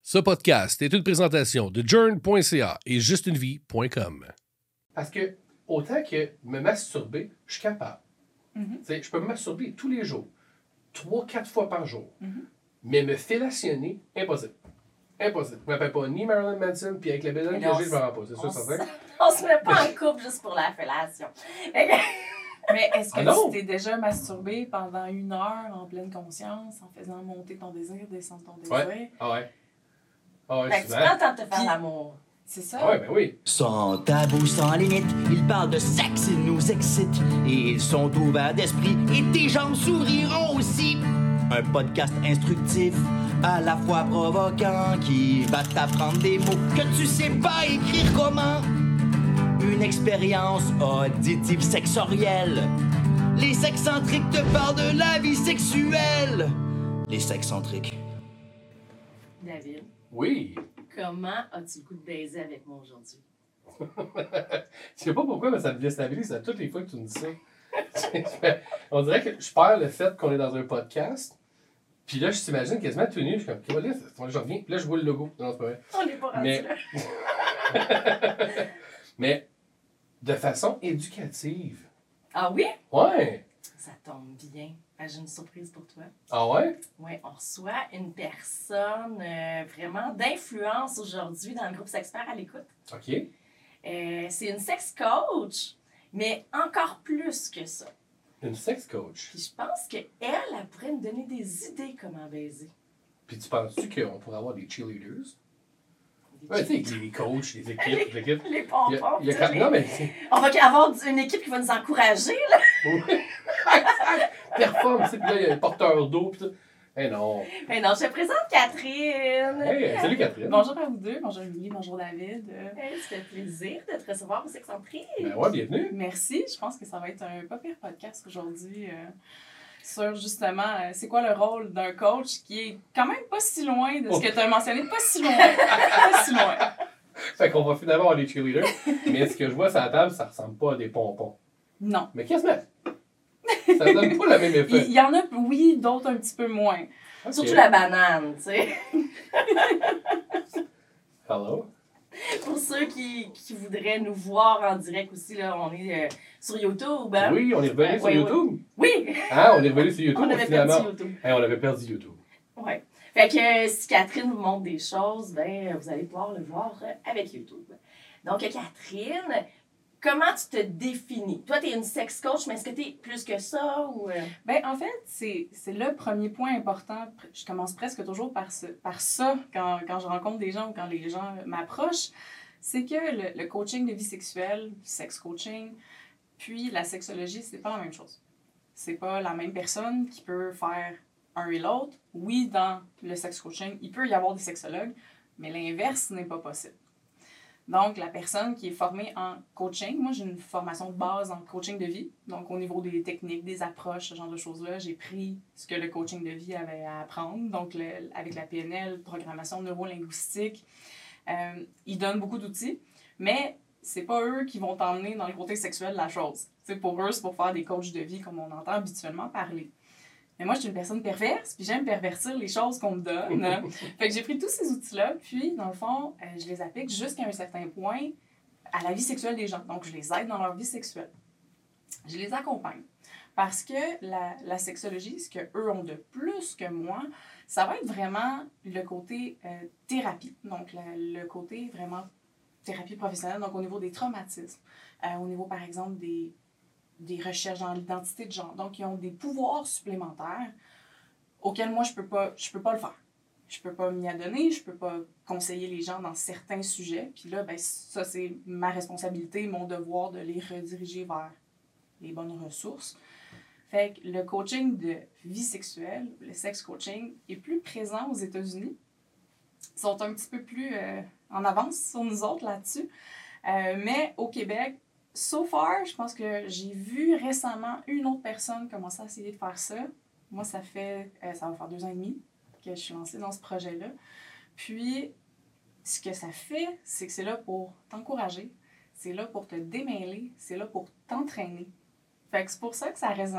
Ce podcast est une présentation de journ.ca et justunevie.com. Parce que, autant que me masturber, je suis capable. Mm-hmm. Je peux me masturber tous les jours, 3-4 fois par jour. Mm-hmm. Mais me fellationner, impossible. Impossible. Je ne m'appelle pas ni Marilyn Manson, puis avec la bédaine que j'ai, je ne me rends pas. C'est sûr, certain. On se met pas en couple juste pour la fellation. Mais est-ce que tu t'es déjà masturbé pendant 1 heure en pleine conscience, en faisant monter ton désir, descendre ton désir? Ouais. Ah ouais. Ah ouais, tu prends le temps de te faire l'amour. C'est ça? Ah ouais, ben oui. Sans tabou, sans limite, ils parlent de sexe, ils nous excitent. Et ils sont ouverts d'esprit, et tes jambes souriront aussi. Un podcast instructif, à la fois provoquant, qui va t'apprendre des mots que tu sais pas écrire comment. Une expérience auditive sexorielle. Les sexcentriques te parlent de la vie sexuelle. Les sexcentriques. David. Oui. Comment as-tu le goût de baiser avec moi aujourd'hui? Je sais pas pourquoi, mais ça me déstabilise à toutes les fois que tu me dis ça. On dirait que je perds le fait qu'on est dans un podcast. Puis là, je t'imagine quasiment tout nu. Je suis comme, là, je reviens. Puis là, je vois le logo. Non, c'est pas vrai. On n'est pas rendu là. Mais de façon éducative. Ah oui? Ouais. Ça tombe bien. J'ai une surprise pour toi. Ah ouais? Oui, on reçoit une personne vraiment d'influence aujourd'hui dans le groupe Sexpert à l'écoute. OK. C'est une sex coach, mais encore plus que ça. Une sex coach? Puis je pense qu'elle pourrait nous donner des idées comment baiser. Puis tu penses-tu qu'on pourrait avoir des cheerleaders? Oui, tu sais, les coachs, les équipes, l'équipe. Les pompons. Non, mais... On va avoir une équipe qui va nous encourager, là. Oui. Performe, tu sais, puis là, il y a le porteur d'eau, puis tout. Non. Non, je te présente Catherine. Salut Catherine. Bonjour à vous deux. Bonjour Julie, bonjour David. Ça fait plaisir de te recevoir au Sexcentrique. Ben ouais, bienvenue. Merci. Je pense que ça va être un pas pire podcast aujourd'hui sur justement c'est quoi le rôle d'un coach qui est quand même pas si loin de ce que tu as mentionné. Pas si loin. Pas si loin. Fait qu'on va finalement avoir des cheerleaders. Mais ce que je vois sur la table, ça ressemble pas à des pompons. Non. Mais qu'est-ce que c'est? Ça donne pas le même effet. Il y en a, oui, d'autres un petit peu moins. Okay. Surtout la banane, tu sais. Hello. Pour ceux qui voudraient nous voir en direct aussi, là, on est sur YouTube. Hein? Oui, on est revenu sur YouTube. Oui! Ah, on est revenu sur YouTube. On avait finalement. perdu YouTube. On avait perdu YouTube. Oui. Fait que si Catherine vous montre des choses, ben vous allez pouvoir le voir avec YouTube. Donc, Catherine, comment tu te définis? Toi, tu es une sex coach, mais est-ce que tu es plus que ça? Ou... Ben, en fait, c'est le premier point important. Je commence presque toujours par ça quand je rencontre des gens ou quand les gens m'approchent. C'est que le coaching de vie sexuelle, sex coaching, puis la sexologie, c'est pas la même chose. C'est pas la même personne qui peut faire un et l'autre. Oui, dans le sex coaching, il peut y avoir des sexologues, mais l'inverse n'est pas possible. Donc, la personne qui est formée en coaching, moi j'ai une formation de base en coaching de vie. Donc, au niveau des techniques, des approches, ce genre de choses-là, j'ai pris ce que le coaching de vie avait à apprendre. Donc, avec la PNL, programmation neurolinguistique, ils donnent beaucoup d'outils, mais c'est pas eux qui vont t'emmener dans le côté sexuel de la chose. T'sais, pour eux, c'est pour faire des coachs de vie comme on entend habituellement parler. Mais moi, je suis une personne perverse, puis j'aime pervertir les choses qu'on me donne. Fait que j'ai pris tous ces outils-là, puis, dans le fond, je les applique jusqu'à un certain point à la vie sexuelle des gens. Donc, je les aide dans leur vie sexuelle. Je les accompagne. Parce que la sexologie, ce qu'eux ont de plus que moi, ça va être vraiment le côté thérapie. Donc, le côté vraiment thérapie professionnelle, donc au niveau des traumatismes, au niveau, par exemple, des recherches dans l'identité de genre. Donc, ils ont des pouvoirs supplémentaires auxquels moi, je peux pas le faire. Je peux pas m'y adonner, je peux pas conseiller les gens dans certains sujets. Puis là, ben, ça, c'est ma responsabilité, mon devoir de les rediriger vers les bonnes ressources. Fait que le coaching de vie sexuelle, le sex coaching, est plus présent aux États-Unis. Ils sont un petit peu plus en avance sur nous autres là-dessus. Mais au Québec, so far, je pense que j'ai vu récemment une autre personne commencer à essayer de faire ça. Moi, ça va faire 2 ans et demi que je suis lancée dans ce projet-là. Puis, ce que ça fait, c'est que c'est là pour t'encourager, c'est là pour te démêler, c'est là pour t'entraîner. Fait que c'est pour ça que ça résonnait.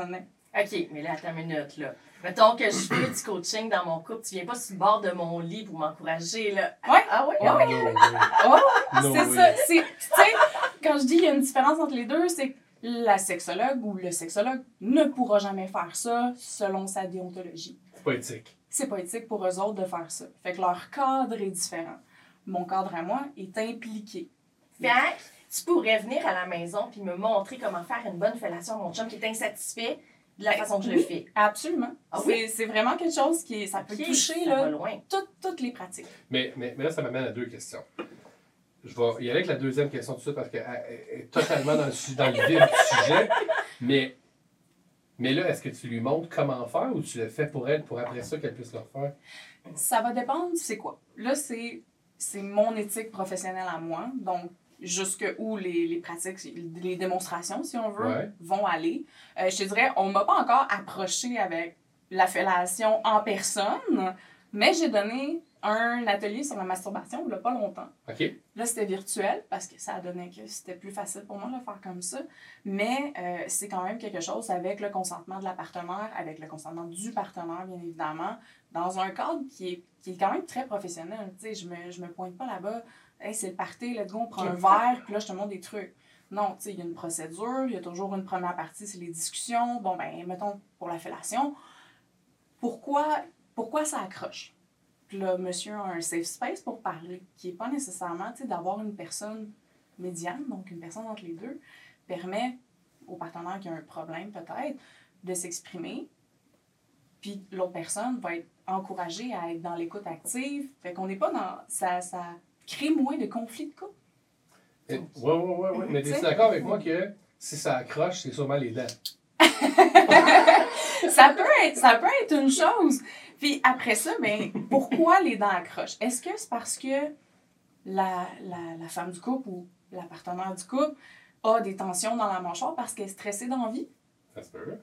OK, mais là, attends une minute, là. Mettons que je fais du coaching dans mon couple, tu viens pas sur le bord de mon lit pour m'encourager, là. Ouais. Ah ouais? Oh, no way. No C'est way. ça. Tu sais, quand je dis qu'il y a une différence entre les deux, c'est que la sexologue ou le sexologue ne pourra jamais faire ça selon sa déontologie. C'est pas éthique. C'est pas éthique pour eux autres de faire ça. Fait que leur cadre est différent. Mon cadre à moi est impliqué. Fait que tu pourrais venir à la maison puis me montrer comment faire une bonne fellation à mon chum qui est insatisfait de la façon que je le fais. Absolument. Ah oui? C'est vraiment quelque chose qui ça peut Ok, toucher ça va là, loin. toutes les pratiques. Mais là, ça m'amène à 2 questions. Je vais y aller avec la deuxième question tout de suite parce qu'elle est totalement dans le vif du sujet. Mais là, est-ce que tu lui montres comment faire ou tu le fais pour elle, pour après ça qu'elle puisse le refaire? Ça va dépendre, c'est quoi. Là, c'est mon éthique professionnelle à moi. Donc, jusque où les pratiques, les démonstrations, si on veut, Ouais. vont aller. Je te dirais, on ne m'a pas encore approché avec la fellation en personne, mais j'ai donné un atelier sur la masturbation il n'y a pas longtemps. OK? Là, c'était virtuel parce que ça a donné que c'était plus facile pour moi de le faire comme ça. Mais c'est quand même quelque chose avec le consentement de la partenaire, avec le consentement du partenaire, bien évidemment, dans un cadre qui est quand même très professionnel. Tu sais, je me pointe pas là-bas. Hey, c'est le party, let's go, on prend un verre, puis là, je te montre des trucs. Non, tu sais, il y a une procédure, il y a toujours une première partie, c'est les discussions. Bon, ben, mettons, pour la fellation, pourquoi ça accroche? Puis là, monsieur a un safe space pour parler, qui n'est pas nécessairement, tu sais, d'avoir une personne médiane, donc une personne entre les deux, permet au partenaire qui a un problème, peut-être, de s'exprimer. Puis l'autre personne va être encouragée à être dans l'écoute active. Fait qu'on n'est pas dans... Ça crée moins de conflits de couple. Oui. Mais es-tu d'accord avec moi que si ça accroche, c'est sûrement les dents? Ça peut être une chose. Puis après ça, ben, pourquoi les dents accrochent? Est-ce que c'est parce que la femme du couple ou la partenaire du couple a des tensions dans la mâchoire parce qu'elle est stressée dans la vie? Ça se peut.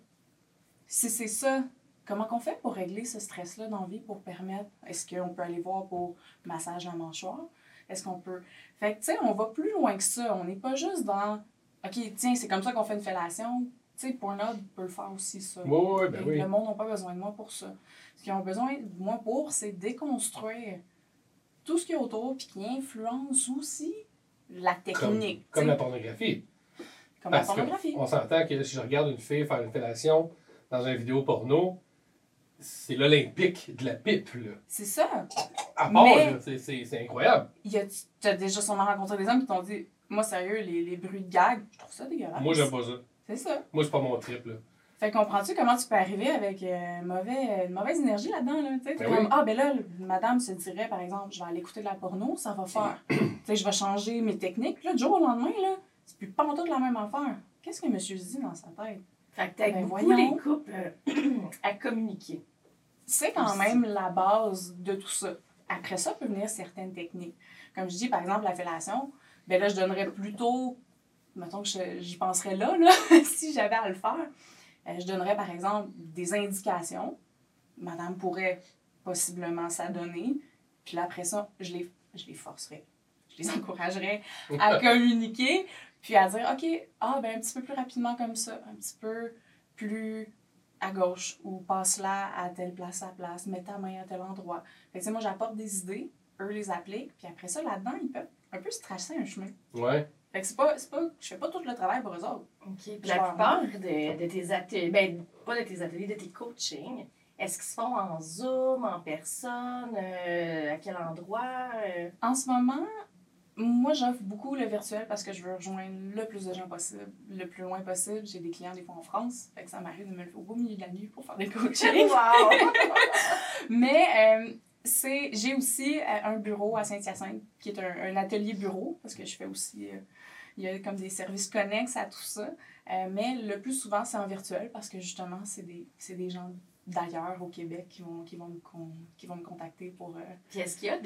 Si c'est ça, comment qu'on fait pour régler ce stress-là dans la vie pour permettre... Est-ce qu'on peut aller voir pour massage de la mâchoire? Est-ce qu'on peut... Fait que, tu sais, on va plus loin que ça. On n'est pas juste dans... OK, tiens, c'est comme ça qu'on fait une fellation. Tu sais, Pornhub peut le faire aussi, ça. Oui, ben oui. Le monde n'a pas besoin de moi pour ça. Ce qu'ils ont besoin de moi pour, c'est déconstruire tout ce qu'il y a autour puis qui influence aussi la technique. Comme la pornographie. Comme Parce la pornographie. on s'entend que si je regarde une fille faire une fellation dans une vidéo porno, c'est l'Olympique de la pipe, là. C'est ça. À part, Mais- là, c'est incroyable. Tu as déjà sûrement rencontré des hommes qui t'ont dit « Moi, sérieux, les bruits de gag, je trouve ça dégueulasse. » Moi, j'aime pas ça. C'est ça. Moi, c'est pas mon trip, là. Fait comprends-tu comment tu peux arriver avec une mauvaise énergie là-dedans, là? Tu sais, Ben comme, oui. ah, ben là, madame se dirait, par exemple, je vais aller écouter de la porno, ça va faire. Tu sais, je vais changer mes techniques. Puis là, du jour au lendemain, là, c'est plus pas en tout la même affaire. Qu'est-ce que monsieur se dit dans sa tête? Fait que t'aides Ben beaucoup voyons. les couples à communiquer. C'est quand Aussi. même la base de tout ça. Après ça, peut venir certaines techniques. Comme je dis, par exemple, la fellation, ben là, je donnerais plutôt, mettons que j'y penserais là, si j'avais à le faire. Je donnerais, par exemple, des indications. Madame pourrait possiblement s'adonner. Puis là, après ça, je les forcerais. Je les encouragerais à communiquer. Puis à dire, OK, ben un petit peu plus rapidement comme ça. Un petit peu plus à gauche. Ou passe là à telle place, mets ta main à tel endroit. Fait que, tu sais, moi, j'apporte des idées. Eux les appliquent. Puis après ça, là-dedans, ils peuvent un peu se tracer un chemin. Ouais. Fait que je fais pas tout le travail pour eux autres. OK. Puis Je la leur plupart de tes ateliers, ben pas de tes ateliers, de tes coachings, est-ce qu'ils se font en Zoom, en personne, à quel endroit? En ce moment, moi, j'offre beaucoup le virtuel parce que je veux rejoindre le plus de gens possible, le plus loin possible. J'ai des clients des fois en France, fait que ça m'arrive de me lever au beau milieu de la nuit pour faire des coachings. Wow! Mais j'ai aussi un bureau à Saint-Hyacinthe qui est un atelier bureau parce que je fais aussi... il y a comme des services connexes à tout ça. Mais le plus souvent, c'est en virtuel parce que justement, c'est des gens d'ailleurs au Québec qui vont me contacter pour... Puis est-ce qu'il y a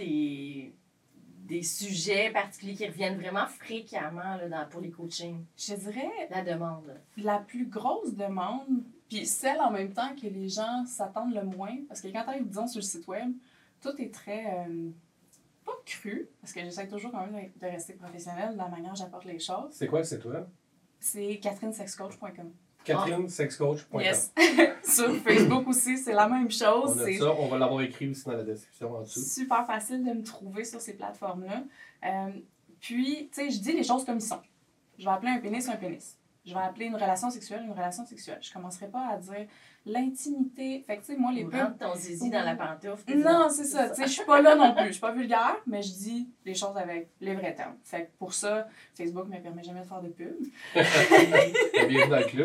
des sujets particuliers qui reviennent vraiment fréquemment là, pour les coachings? Je dirais La demande. la plus grosse demande, puis celle en même temps que les gens s'attendent le moins, parce que quand tu arrives, disons, sur le site web, tout est très... pas cru, parce que j'essaie toujours quand même de rester professionnelle dans la manière dont j'apporte les choses. C'est quoi le site web? C'est catherinesexcoach.com. CatherineSexCoach.com. Yes. Sur Facebook aussi, c'est la même chose. On a ça, on va l'avoir écrit aussi dans la description en dessous. Super facile de me trouver sur ces plateformes-là. Puis, tu sais, je dis les choses comme ils sont. Je vais appeler un pénis un pénis. Je vais appeler une relation sexuelle une relation sexuelle. Je commencerai pas à dire l'intimité. Fait que, tu sais, moi, les pubs... Rentre ton zizi dans la pantoufle. Non, c'est ça. Tu sais, je suis pas là non plus. Je suis pas vulgaire, mais je dis les choses avec les vrais termes. Fait que pour ça, Facebook me permet jamais de faire de pub. Bienvenue dans le club.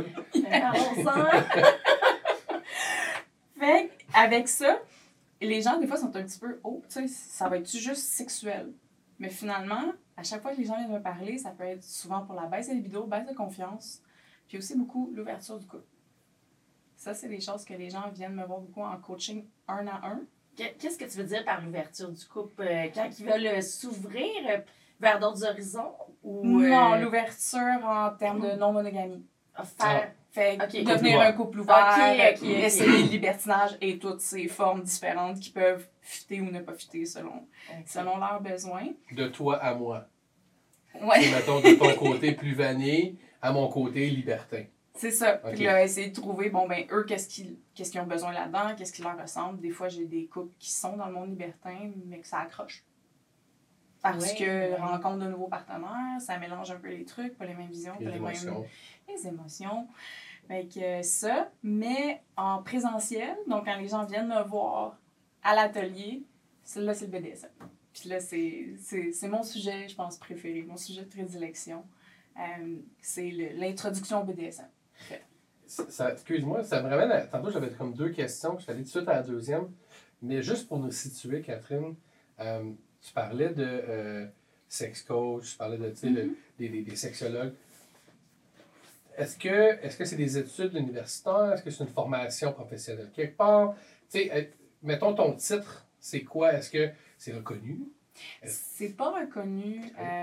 Fait avec ça, les gens, des fois, sont un petit peu « Oh, tu sais, ça va être juste sexuel? » Mais finalement, à chaque fois que les gens viennent me parler, ça peut être souvent pour la baisse de libido, baisse de confiance, puis aussi beaucoup l'ouverture du couple. Ça, c'est des choses que les gens viennent me voir beaucoup en coaching 1 à 1. Qu'est-ce que tu veux dire par l'ouverture du couple? Quand ils veulent s'ouvrir vers d'autres horizons? Ou, Non, l'ouverture en termes de non-monogamie. Faire... Fait Ok. devenir un couple ouvert, Ok. essayer le libertinage et toutes ces formes différentes qui peuvent fitter ou ne pas fitter selon leurs besoins. De toi à moi. Ouais. Et mettons, de ton côté plus vanille à mon côté libertin. C'est ça. Ok. Puis là, essayer de trouver, bon, ben, eux, qu'est-ce qu'ils ont besoin là-dedans, qu'est-ce qui leur ressemble. Des fois, j'ai des couples qui sont dans le monde libertin, mais que ça accroche. Parce que rencontre de nouveaux partenaires, ça mélange un peu les trucs, pas les mêmes visions, pas les mêmes... Les émotions. Fait que ça, mais en présentiel, donc quand les gens viennent me voir à l'atelier, là, c'est le BDSM. Puis là, c'est mon sujet, je pense, préféré, mon sujet de prédilection. C'est l'introduction au BDSM. Excuse-moi, ça me ramène à... Tantôt, j'avais comme 2 questions, je suis allé tout de suite à la deuxième. Mais juste pour nous situer, Catherine, tu parlais de sex coach, tu parlais de, tu sais, des sexologues. Est-ce que c'est des études universitaires? Est-ce que c'est une formation professionnelle quelque part? Tu sais, mettons ton titre, c'est quoi? Est-ce que c'est reconnu? C'est pas reconnu.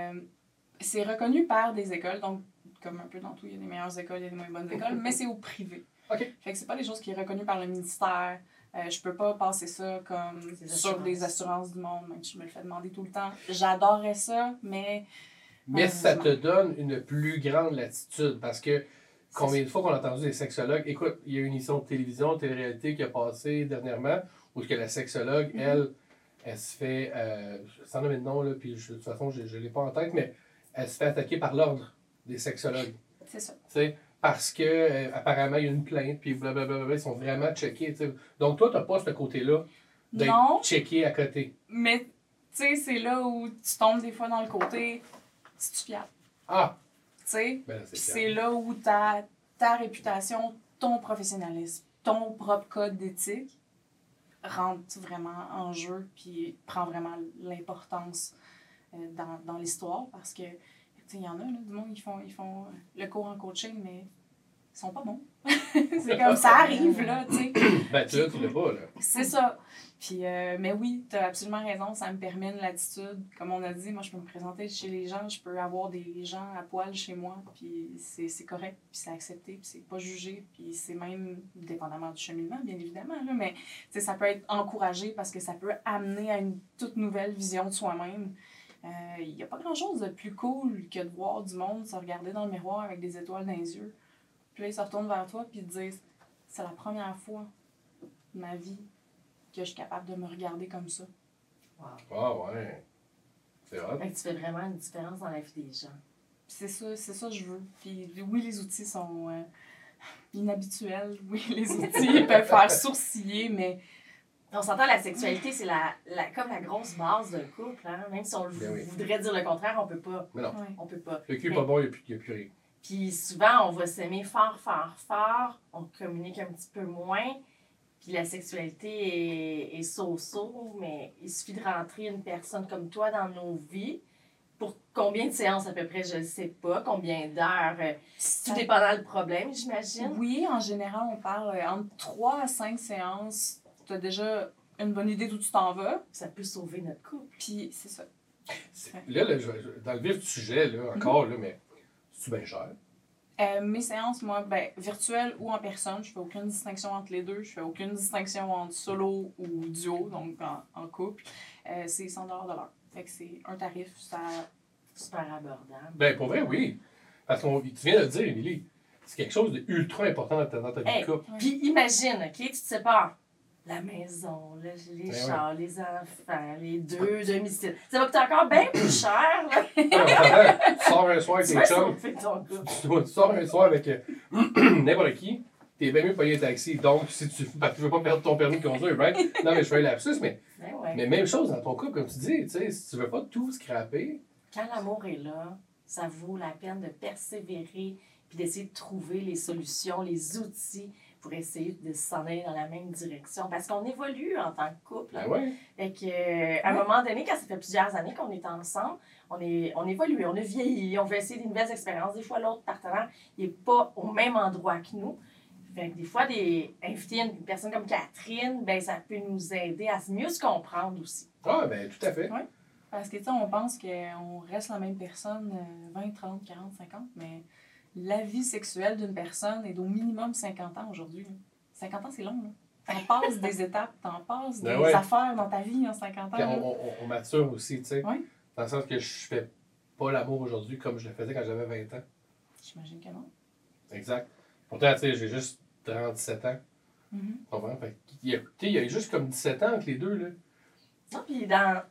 C'est reconnu par des écoles, donc comme un peu dans tout, il y a des meilleures écoles, il y a des moins bonnes écoles, mais c'est au privé. OK. Fait que c'est pas des choses qui sont reconnues par le ministère. Je peux pas passer ça comme sur des assurances du monde, même si je me le fais demander tout le temps. J'adorerais ça, mais... Mais ça te donne une plus grande latitude parce que combien de fois qu'on a entendu des sexologues, écoute, il y a une émission de télévision, télé-réalité qui a passé dernièrement où que la sexologue, elle se fait, sans nommer de nom, là, puis de toute façon, je ne l'ai pas en tête, mais elle se fait attaquer par l'ordre des sexologues. C'est ça. T'sais, parce que apparemment, il y a une plainte, puis blablabla, ils sont vraiment checkés. T'sais. Donc, toi, tu n'as pas ce côté-là d'être checké à côté. Mais, tu sais, c'est là où tu tombes des fois dans le côté, c'est-tu fiable? Ah! Tu sais, Ben là, c'est là où ta réputation, ton professionnalisme, ton propre code d'éthique rentre vraiment en jeu, puis prend vraiment l'importance dans l'histoire, parce que, tu sais, il y en a, là, du monde, ils font le cours en coaching, mais ils sont pas bons. C'est comme ça arrive, là, tu sais. Ben, tu l'as pas, là. C'est ça. Puis, mais oui, tu as absolument raison, ça me permet une latitude. Comme on a dit, moi, je peux me présenter chez les gens, je peux avoir des gens à poil chez moi, puis c'est correct, puis c'est accepté, puis c'est pas jugé, puis c'est même dépendamment du cheminement, bien évidemment, là, mais ça peut être encouragé parce que ça peut amener à une toute nouvelle vision de soi-même. Il n'y a pas grand-chose de plus cool que de voir du monde se regarder dans le miroir avec des étoiles dans les yeux. Puis là, ils se retournent vers toi puis ils te disent « C'est la première fois de ma vie que je suis capable de me regarder comme ça. » Wow. Ah ouais. C'est vrai. Fait que tu fais vraiment une différence dans la vie des gens. C'est ça que je veux. Puis oui, les outils sont inhabituels. Oui, les outils peuvent faire sourciller, mais... On s'entend, la sexualité, c'est comme la grosse base d'un couple. Hein? Même si on voudrait dire le contraire, on peut pas. Mais non. Ouais. On peut pas. Le cul n'est pas bon, il n'y a plus rien. Puis souvent, on va s'aimer fort, fort, fort. On communique un petit peu moins. Puis la sexualité est so-so, mais il suffit de rentrer une personne comme toi dans nos vies. Pour combien de séances à peu près, je ne sais pas. Combien d'heures, tout dépendant du problème, j'imagine. Oui, en général, on parle entre 3 à 5 séances. Tu as déjà une bonne idée d'où tu t'en vas. Ça peut sauver notre couple. Puis c'est ça. Là, dans le vif du sujet, là, encore, là, mais c'est bien cher. Mes séances, moi, virtuelles ou en personne, je fais aucune distinction entre les deux. Je fais aucune distinction entre solo ou duo, donc en couple. C'est 100$ de l'heure. Fait que c'est un tarif, ça... Super abordable. Ben, pour vrai, oui. Parce que tu viens de le dire, Émilie. c'est quelque chose d'ultra important dans ta vie de couple. Puis imagine, OK, tu te sépares. La maison, les chars, les enfants, les 2 domiciles. Ça va coûter encore bien plus cher, là. Tu sors un soir avec tes chums. Tu sors un soir avec n'importe qui. T'es bien mieux de payer un taxi. Donc, si tu veux pas perdre ton permis de conduire, right? Non, mais je fais un lapsus, mais même chose dans ton couple, comme tu dis. Tu sais, si tu veux pas tout scraper. Quand l'amour est là, ça vaut la peine de persévérer puis d'essayer de trouver les solutions, les outils pour essayer de s'en aller dans la même direction. Parce qu'on évolue en tant que couple. Ben ouais. Fait que, à un moment donné, quand ça fait plusieurs années qu'on est ensemble, on évolue, on a vieilli, on veut essayer des nouvelles expériences. Des fois, l'autre partenaire n'est pas au même endroit que nous. Fait que des fois, inviter une personne comme Catherine, ben, ça peut nous aider à mieux se comprendre aussi. Ah, ben tout à fait. Oui. Parce que, tu sais, on pense qu'on reste la même personne 20, 30, 40, 50, mais la vie sexuelle d'une personne est d'au minimum 50 ans aujourd'hui. 50 ans, c'est long, là. T'en passes des étapes, t'en passes des affaires dans ta vie en 50 ans. Puis on mature aussi, tu sais. Oui. Dans le sens que je fais pas l'amour aujourd'hui comme je le faisais quand j'avais 20 ans. J'imagine que non. Exact. Pourtant, tu sais, j'ai juste 37 ans. Mm-hmm. Fait il y a juste comme 17 ans entre les deux, là. Non, puis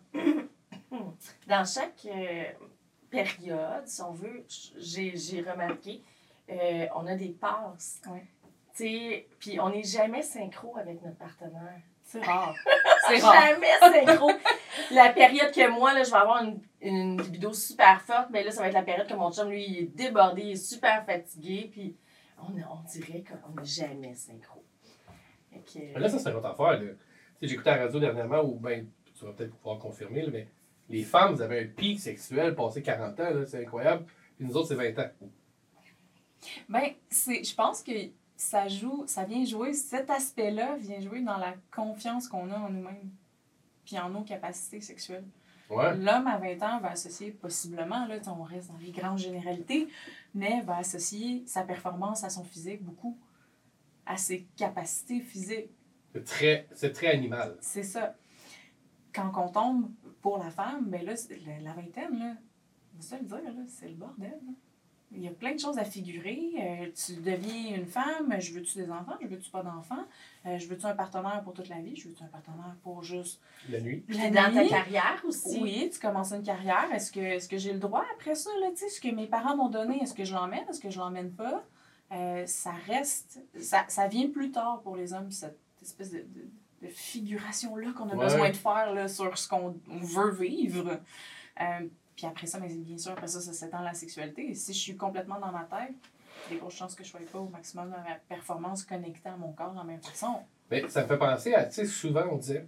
dans chaque période, si on veut, j'ai remarqué, on a des passes. Oui. Tu sais, puis on n'est jamais synchro avec notre partenaire. C'est rare. C'est rare. Jamais synchro. La période que moi, là, je vais avoir une libido super forte, mais là, ça va être la période que mon chum, lui, il est débordé, il est super fatigué, puis on dirait qu'on n'est jamais synchro. Mais là, ça, c'est une autre affaire. J'ai écouté à la radio dernièrement, où, ben, tu vas peut-être pouvoir confirmer, là, mais les femmes, vous avez un pic sexuel passé 40 ans, là, c'est incroyable. Puis nous autres, c'est 20 ans. Ben, je pense que ça vient jouer, cet aspect-là vient jouer dans la confiance qu'on a en nous-mêmes, puis en nos capacités sexuelles. Ouais. L'homme à 20 ans va associer possiblement, là, on reste dans les grandes généralités, mais va associer sa performance à son physique beaucoup, à ses capacités physiques. C'est très animal. C'est ça. Quand on tombe pour la femme, ben là, la vingtaine, là, on va se le dire, là, c'est le bordel. Là. Il y a plein de choses à figurer. Tu deviens une femme, je veux-tu des enfants, je veux-tu pas d'enfants, je veux-tu un partenaire pour toute la vie, je veux-tu un partenaire pour juste la nuit. Dans ta carrière aussi. Oui, tu commences une carrière. Est-ce que j'ai le droit après ça? Là, ce que mes parents m'ont donné, est-ce que je l'emmène, est-ce que je l'emmène pas? Ça reste, ça vient plus tard pour les hommes, cette espèce de figuration-là qu'on a besoin de faire là, sur ce qu'on veut vivre. Puis après ça, mais bien sûr, après ça s'étend la sexualité. Et si je suis complètement dans ma tête, il y a des grosses chances que je ne sois pas au maximum de ma performance connectée à mon corps de la même façon. Mais ça me fait penser à, tu sais, souvent on disait,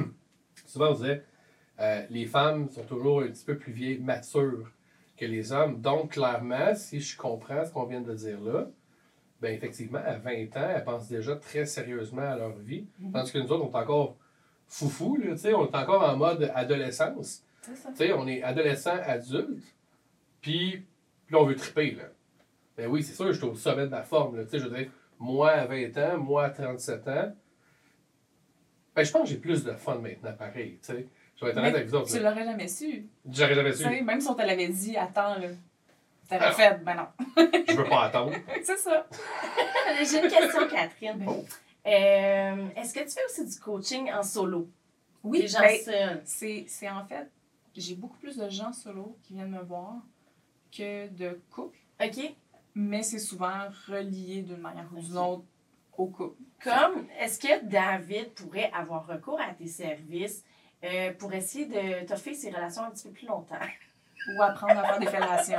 les femmes sont toujours un petit peu plus vieilles, matures que les hommes. Donc, clairement, si je comprends ce qu'on vient de dire là, bien, effectivement, à 20 ans, elles pensent déjà très sérieusement à leur vie. Tandis que nous autres, on est encore foufou, là, tu sais, on est encore en mode adolescence. Tu sais, on est adolescent, adulte, puis là, on veut triper, là. Ben oui, c'est sûr, je suis au sommet de ma forme, là. Tu sais, je veux dire, moi à 20 ans, moi à 37 ans, ben je pense que j'ai plus de fun maintenant, pareil, tu sais. Je vais être honnête avec vous autres. Tu l'aurais jamais su. J'aurais jamais su. T'sais, même si on te l'avait dit, attends, là, t'aurais fait, ben non. Je veux pas attendre. C'est ça. J'ai une question, Catherine. Est-ce que tu fais aussi du coaching en solo? Oui, les gens seuls. C'est en fait, j'ai beaucoup plus de gens solo qui viennent me voir que de couples. OK. Mais c'est souvent relié d'une manière ou d'une autre au couple. Comme, est-ce que David pourrait avoir recours à tes services pour essayer de t'offrir ces relations un petit peu plus longtemps? Ou apprendre à faire des fellations.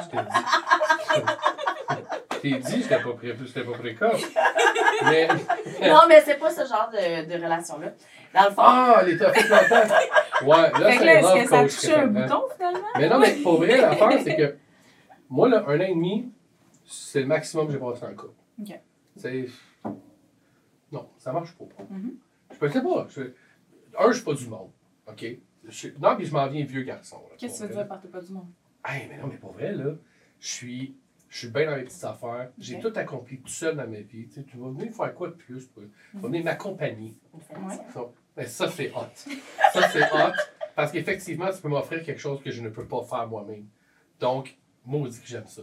Je t'ai dit, j'étais pas précoce. Mais... Non, mais c'est pas ce genre de relation-là. Dans le fond... Ah, les t'as fait longtemps! Ouais, là, fait que là, est-ce que ça a touché un bouton, finalement? Mais non, mais pour vrai, l'affaire, c'est que moi, là, 1 an et demi, c'est le maximum que j'ai passé en couple. OK. C'est... Non, ça marche pas. Mm-hmm. Je peux pas. Je suis pas du monde. OK? Non, puis je m'en viens vieux garçon. Là, qu'est-ce que tu veux dire par t'es pas du monde? Hey, mais non, mais pour vrai, là, je suis bien dans mes petites affaires. J'ai tout accompli tout seul dans ma vie. Tu vas venir faire quoi de plus? Tu vas venir m'accompagner. Mais ça, c'est hot. Ça, c'est hot. Parce qu'effectivement, tu peux m'offrir quelque chose que je ne peux pas faire moi-même. Donc, maudit que j'aime ça.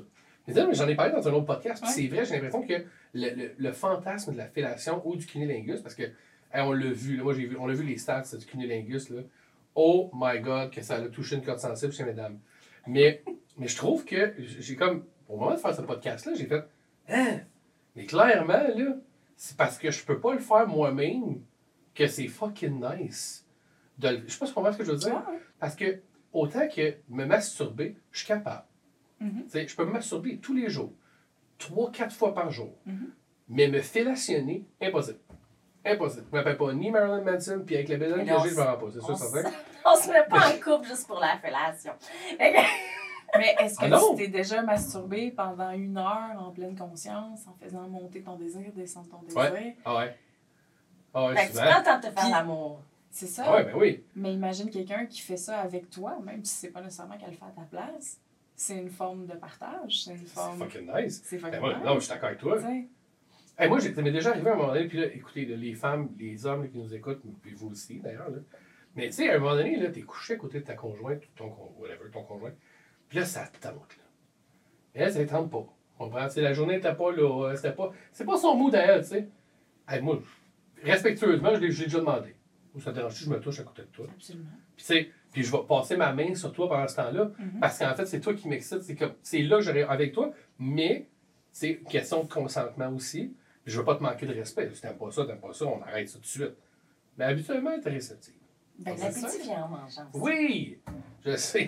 Mais j'en ai parlé dans un autre podcast, puis Ouais. c'est vrai, j'ai l'impression que le fantasme de la fellation ou du cunnilingus, parce que on l'a vu, là, on a vu les stats du cunnilingus, là. Oh my god, que ça a touché une corde sensible chez mesdames. Mais je trouve que j'ai comme, au moment de faire ce podcast-là, j'ai fait, hein, mais clairement, là, c'est parce que je peux pas le faire moi-même que c'est fucking nice. Je sais pas si tu comprends ce que je veux dire. Ouais. Parce que, autant que me masturber, je suis capable. Mhm. Tu sais, je peux me masturber tous les jours, 3-4 fois par jour. Mhm. Mais me fellationner, impossible. Impossible. Je m'appelle pas ni Marilyn Manson, puis avec la bedaine Mais que non, j'ai, je me rends pas. C'est sûr, On certain. on se met pas en couple juste pour la fellation. Mais est-ce que Ah non? tu t'es déjà masturbé pendant 1 heure en pleine conscience, en faisant monter ton désir, descendre ton désir? Ouais. Ah ouais. Ah ouais, Fait que tu souvent. prends le temps de te faire Puis- l'amour. C'est ça. Ah ouais, ben oui. Mais imagine quelqu'un qui fait ça avec toi, même si c'est pas nécessairement qu'elle le fait à ta place. C'est une forme de partage. C'est une C'est forme. fucking nice. C'est Ben fucking ouais, nice. non, je suis d'accord avec toi. Tu sais. Hey, moi, ça m'est déjà arrivé à un moment donné, puis là, écoutez, là, les femmes, les hommes là, qui nous écoutent, puis vous aussi d'ailleurs, là. Mais tu sais, à un moment donné, là, t'es couché à côté de ta conjointe, whatever, ton conjoint, puis là, ça te tente, là. Et elle, ça ne tente pas. On comprend? Tu sais, la journée n'était pas là, c'est pas son mood à elle, tu sais. Hey, moi, respectueusement, je l'ai déjà demandé. Ou ça te dérange si je me touche à côté de toi? Absolument. Puis, tu sais, puis je vais passer ma main sur toi pendant ce temps-là, Mhm. parce qu'en fait, c'est toi qui m'excite. C'est là que j'aurai avec toi, mais c'est une question de consentement aussi. Puis je veux pas te manquer de respect. Si t'aimes pas ça, on arrête ça tout de suite. Mais habituellement, t'es réceptive. Ben, c'est L'appétit ça. vient en mangeant. aussi. Oui! Je sais.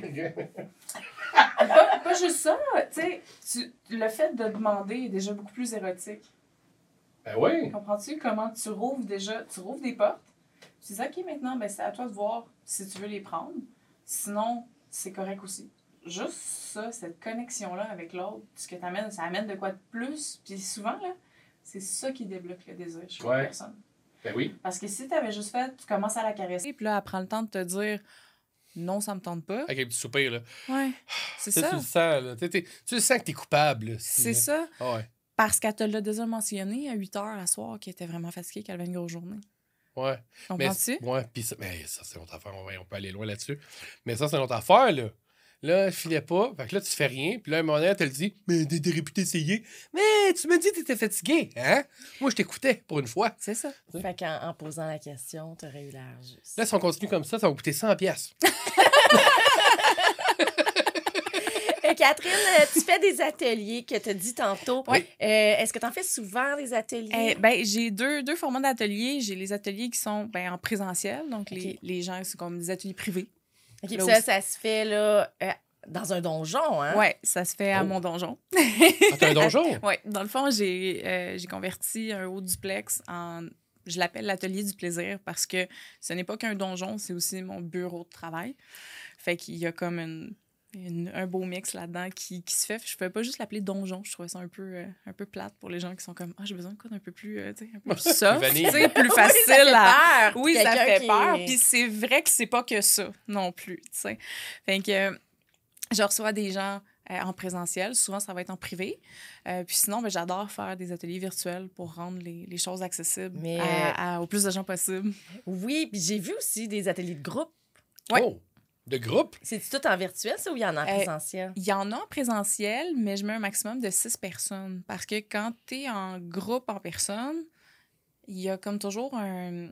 Pas juste ça, tu sais, le fait de demander est déjà beaucoup plus érotique. Ben oui! Comprends-tu comment tu rouvres des portes? Tu dis, OK, maintenant, ben, c'est à toi de voir si tu veux les prendre. Sinon, c'est correct aussi. Juste ça, cette connexion-là avec l'autre, ce que t'amènes, ça amène de quoi de plus. Puis souvent, là, c'est ça qui débloque le désir chez la Ouais. personne. Ben oui. Parce que si t'avais juste fait, tu commences à la caresser, puis là, elle prend le temps de te dire, non, ça me tente pas. Avec un petit soupir, là. Ouais, c'est Tu ça. le sens, là. Tu le sens que t'es coupable, là. C'est ça. Ah ouais. Parce qu'elle te l'a déjà mentionné à 8 heures à soir, qu'elle était vraiment fatiguée, qu'elle avait une grosse journée. Ouais. Mais Comprends-tu? ouais, puis ça, c'est une autre affaire. On peut aller loin là-dessus. Mais ça, c'est une autre affaire, là. Là, je filais pas. Fait que là, tu fais rien. Puis là, à un moment donné, elle te le dit. Mais t'es réputé essayer. Mais tu me dis que t'étais fatigué, hein? Moi, je t'écoutais pour une fois. C'est ça. Fait qu'en posant la question, t'aurais eu l'air juste. Là, si on continue comme ça va coûter 100$. Catherine, tu fais des ateliers que tu as dit tantôt. Oui. Est-ce que tu en fais souvent des ateliers? Ben, j'ai deux formats d'ateliers. J'ai les ateliers qui sont en présentiel, donc OK. les gens, c'est comme des ateliers privés. OK, là puis ça se fait là, dans un donjon, hein? Ouais, ça se fait à Oh. mon donjon. Ah, t'as un donjon? Ouais, dans le fond, j'ai converti un haut duplex en... Je l'appelle l'atelier du plaisir parce que ce n'est pas qu'un donjon, c'est aussi mon bureau de travail. Fait qu'il y a comme un beau mix là-dedans qui se fait. Je ne pouvais pas juste l'appeler donjon. Je trouvais ça un peu plate pour les gens qui sont comme « Ah, j'ai besoin de quoi d'un peu plus, tu sais, un peu plus soft, vanille. tu sais, plus Oui, ça facile fait à... » peur. Oui, ça Quelqu'un fait qui peur. est- Puis c'est vrai que c'est pas que ça non plus, tu sais. Fait que je reçois des gens en présentiel. Souvent, ça va être en privé. Puis sinon, ben, j'adore faire des ateliers virtuels pour rendre les choses accessibles Mais- au plus de gens possible. Oui, puis j'ai vu aussi des ateliers de groupe. Ouais. Oh! De groupe? C'est-tu tout en virtuel, ça, ou il y en a en présentiel? Il y en a en présentiel, mais je mets un maximum de 6 personnes. Parce que quand tu es en groupe en personne, il y a comme toujours un...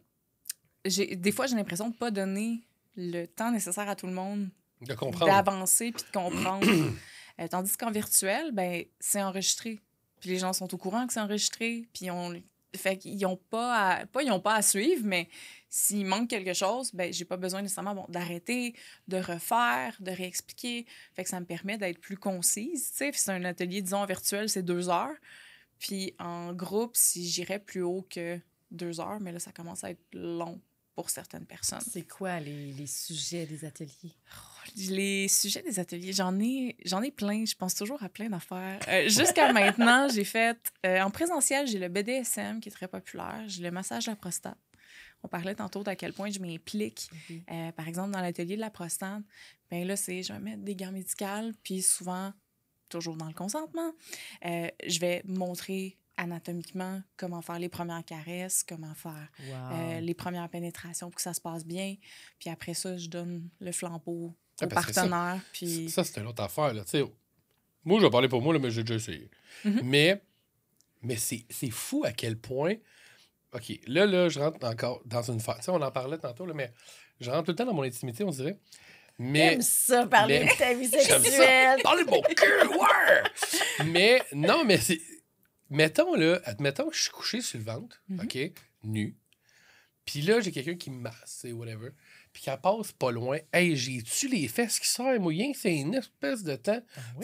Des fois, j'ai l'impression de ne pas donner le temps nécessaire à tout le monde De comprendre. d'avancer puis de comprendre. Tandis qu'en virtuel, ben c'est enregistré. Puis les gens sont au courant que c'est enregistré. Puis fait qu'ils n'ont pas à suivre, mais s'il manque quelque chose, ben j'ai pas besoin nécessairement d'arrêter, de refaire, de réexpliquer. Fait que ça me permet d'être plus concise. Tu sais, c'est un atelier, disons, virtuel, c'est 2 heures. Puis en groupe, si j'irais plus haut que 2 heures, mais là, ça commence à être long pour certaines personnes. C'est quoi les sujets des ateliers? Les sujets des ateliers, j'en ai plein. Je pense toujours à plein d'affaires. Jusqu'à maintenant, j'ai fait... en présentiel, j'ai le BDSM qui est très populaire. J'ai le massage de la prostate. On parlait tantôt d'à quel point je m'implique. Par exemple, dans l'atelier de la prostate, ben là, je vais mettre des gants médicales, puis souvent, toujours dans le consentement, je vais montrer anatomiquement comment faire les premières caresses, comment faire les premières pénétrations pour que ça se passe bien. Puis après ça, je donne le flambeau au parce que ça- partenaire. Puis... Ça, c'est une autre affaire, là. Tu sais, Moi, je vais parler pour moi, là, mais j'ai déjà essayé. Mm-hmm. Mais c'est fou à quel point... OK, là, je rentre encore dans une phase. Tu sais, on en parlait tantôt, là, mais je rentre tout le temps dans mon intimité, on dirait. Mais... J'aime ça, parler de ta vie J'aime sexuelle. ça, parler de mon cul, ouais! Mais, non, mais c'est... Admettons que je suis couché sur le ventre, OK, nu. Puis là, j'ai quelqu'un qui me masse, c'est whatever. Puis qu'elle passe pas loin. Hey, j'ai-tu les fesses qui sortent, moyen? C'est une espèce de temps.